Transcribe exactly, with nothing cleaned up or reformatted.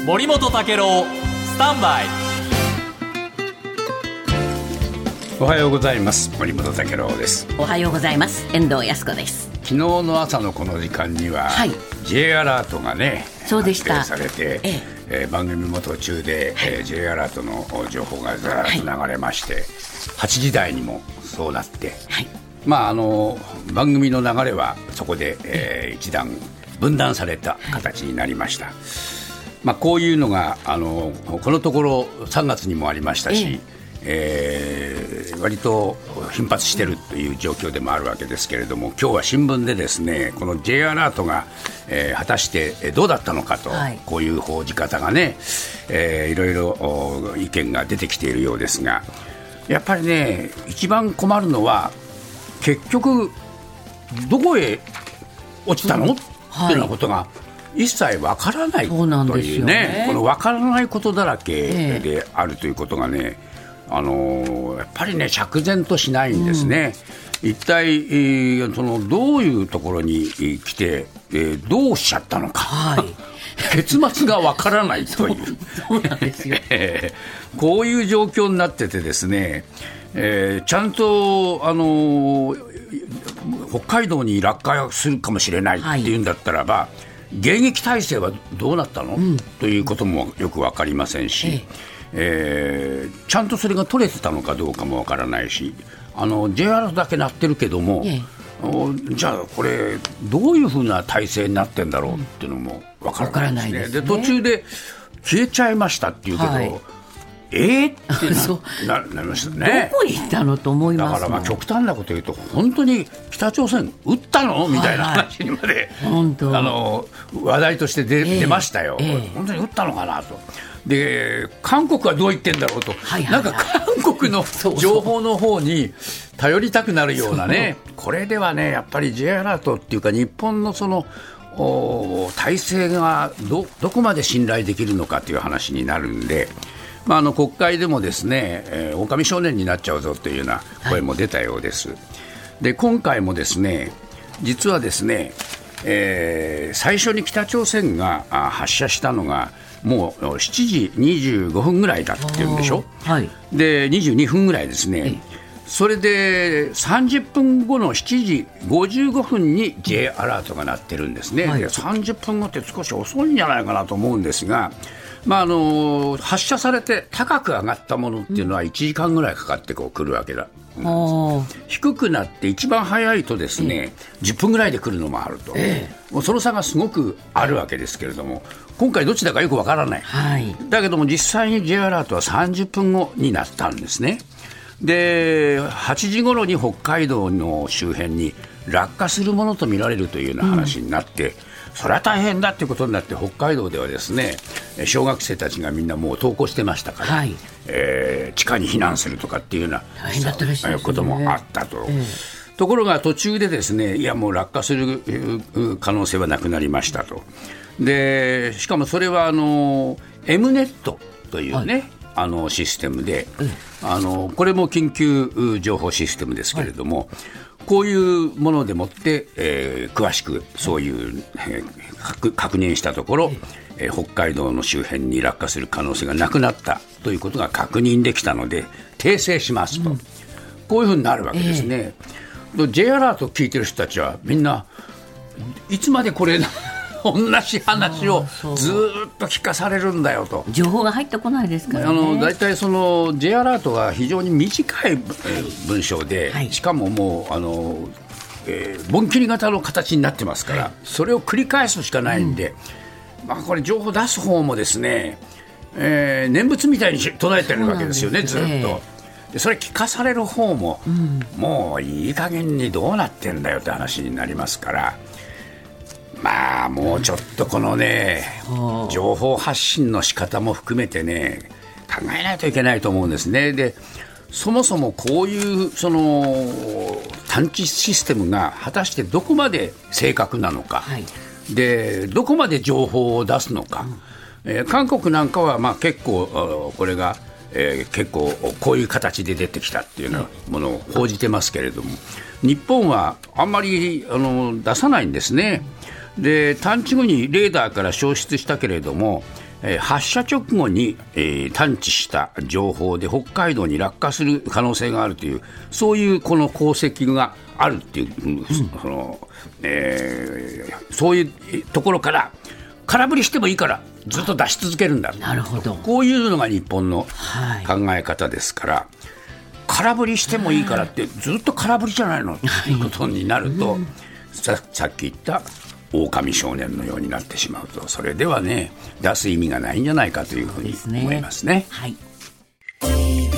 森本武郎スタンバイ。 おはようございます。森本武郎です。 おはようございます。遠藤康子です。 昨日の朝のこの時間には、はい、J アラートがねそうでした発令されて、えええー、番組も途中で、はいえー、J アラートの情報がずらっと流れまして、はい、はちじ台にもそうなって、はいまあ、あの番組の流れはそこで、えー、一段分断された形になりました、はいまあ、こういうのがあのこのところさんがつにもありましたし、ええー、割と頻発しているという状況でもあるわけですけれども、今日は新聞でですねこの J アラートが、えー、果たしてどうだったのかと、はい、こういう報じ方がね、えー、いろいろ意見が出てきているようですが、やっぱりね一番困るのは結局どこへ落ちたの、うんはい、っていうようなことが一切わからないというね、このわからないことだらけであるということがね、あのー、やっぱりね釈然としないんですね、うん、一体、えー、そのどういうところに来て、えー、どうしちゃったのか、はい、結末がわからないというそうなんですよこういう状況になっててですね、えー、ちゃんと、あのー、北海道に落下するかもしれないっていうんだったらば、はい、迎撃体制はどうなったの、うん、ということもよく分かりませんし、えええー、ちゃんとそれが取れてたのかどうかも分からないし、あの J アラートだけ鳴ってるけども、ええ、じゃあこれどういうふうな体制になってんだろうっていうのも分からないですね。で途中で消えちゃいましたっていうけど、はい、えー、ってな, な, なりましたね。 どこに行ったのと思います。 だからまあ極端なこと言うと本当に北朝鮮撃ったのみたいな話にまで、はいはい、あの話題として 出, えー、出ましたよ、えー、本当に撃ったのかなと。で韓国はどう言ってんだろうと、はいはいはい、なんか韓国の情報の方に頼りたくなるようなねこれではねやっぱり J アラートっていうか日本のその体制が ど, どこまで信頼できるのかという話になるんで、まあ、あの国会でもですね、えー、狼少年になっちゃうぞというような声も出たようです、はい、で今回もですね実はですね、えー、最初に北朝鮮が発射したのがもうしちじにじゅうごふんぐらいだっていうんでしょ、はい、でにじゅうにふんぐらいですね。それでさんじゅっぷんごのしちじごじゅうごふんに J アラートが鳴ってるんですね、はい、でさんじゅっぷんごって少し遅いんじゃないかなと思うんですが、まあ、あの発射されて高く上がったものっていうのはいちじかんぐらいかかってこう来るわけだ、うん、低くなって一番早いとですね、えー、じゅっぷんぐらいで来るのもあると、えー、もうその差がすごくあるわけですけれども、今回どっちだかよくわからない、はい、だけども実際に J アラートはさんじゅっぷんごになったんですね。ではちじ頃に北海道の周辺に落下するものと見られるというような話になって、うん、それは大変だということになって北海道ではですね小学生たちがみんなもう登校してましたから、はいえー、地下に避難するとかっていうような大変だったらしいですね、こともあったと、えー、ところが途中でですねいやもう落下する可能性はなくなりましたと。でしかもそれはあの エムネット というね、はいあのシステムで、うん、あのこれも緊急情報システムですけれども、はい、こういうものでもって、えー、詳しくそういう、えー、確認したところ、えー、北海道の周辺に落下する可能性がなくなったということが確認できたので訂正しますと、うん、こういうふうになるわけですね、えー、J アラートを聞いてる人たちはみんないつまでこれ同じ話をずっと聞かされるんだよと。 情報が入ってこないですからね。 あのだいたいその J アラートは非常に短い文章で、はい、しかももうあの、えー、盆切り型の形になってますから、はい、それを繰り返すしかないんで、うんまあ、これ情報出す方もですね、えー、念仏みたいに唱えてるわけですよね、ずっと。でそれ聞かされる方も、うん、もういい加減にどうなってんだよって話になりますから、まあもうちょっとこのね、うん、情報発信の仕方も含めてね考えないといけないと思うんですね。でそもそもこういうその探知システムが果たしてどこまで正確なのか、はい、でどこまで情報を出すのか、うんえー、韓国なんかはまあ結構これが、えー、結構こういう形で出てきたっていうようなものを報じてますけれども、日本はあんまりあの出さないんですね。で探知後にレーダーから消失したけれども、 えー、発射直後に、えー、探知した情報で北海道に落下する可能性があるという、そういうこの功績があるっていう、うん、そのえー、そういうところから空振りしてもいいからずっと出し続けるんだ。 なるほど。 こういうのが日本の考え方ですから、はい、空振りしてもいいからってずっと空振りじゃないのということになると、うん、さ, さっき言った狼少年のようになってしまうと、それではね出す意味がないんじゃないかというふうに思いますね。 はい。